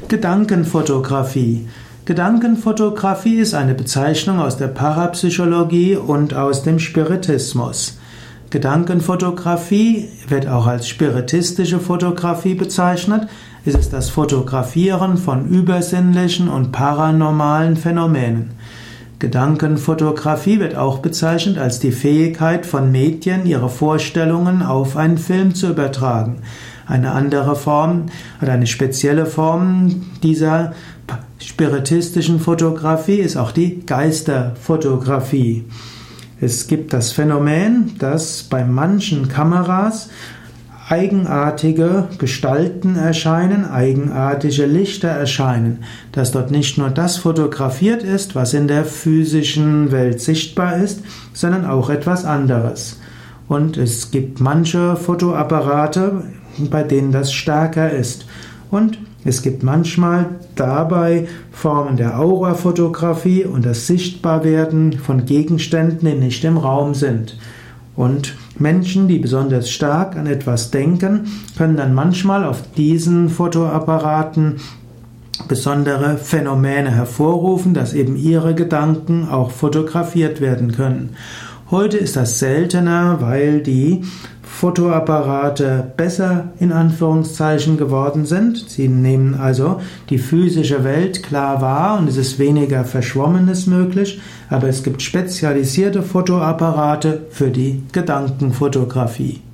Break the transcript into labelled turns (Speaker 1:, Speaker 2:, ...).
Speaker 1: Gedankenfotografie. Gedankenfotografie ist eine Bezeichnung aus der Parapsychologie und aus dem Spiritismus. Gedankenfotografie wird auch als spiritistische Fotografie bezeichnet. Es ist das Fotografieren von übersinnlichen und paranormalen Phänomenen. Gedankenfotografie wird auch bezeichnet als die Fähigkeit von Medien, ihre Vorstellungen auf einen Film zu übertragen. Eine andere Form oder eine spezielle Form dieser spiritistischen Fotografie ist auch die Geisterfotografie. Es gibt das Phänomen, dass bei manchen Kameras eigenartige Gestalten erscheinen, eigenartige Lichter erscheinen, dass dort nicht nur das fotografiert ist, was in der physischen Welt sichtbar ist, sondern auch etwas anderes. Und es gibt manche Fotoapparate, bei denen das stärker ist. Und es gibt manchmal dabei Formen der Aurafotografie und das Sichtbarwerden von Gegenständen, die nicht im Raum sind. Und Menschen, die besonders stark an etwas denken, können dann manchmal auf diesen Fotoapparaten besondere Phänomene hervorrufen, dass eben ihre Gedanken auch fotografiert werden können. Heute ist das seltener, weil die Fotoapparate besser in Anführungszeichen geworden sind. Sie nehmen also die physische Welt klar wahr und es ist weniger Verschwommenes möglich, aber es gibt spezialisierte Fotoapparate für die Gedankenfotografie.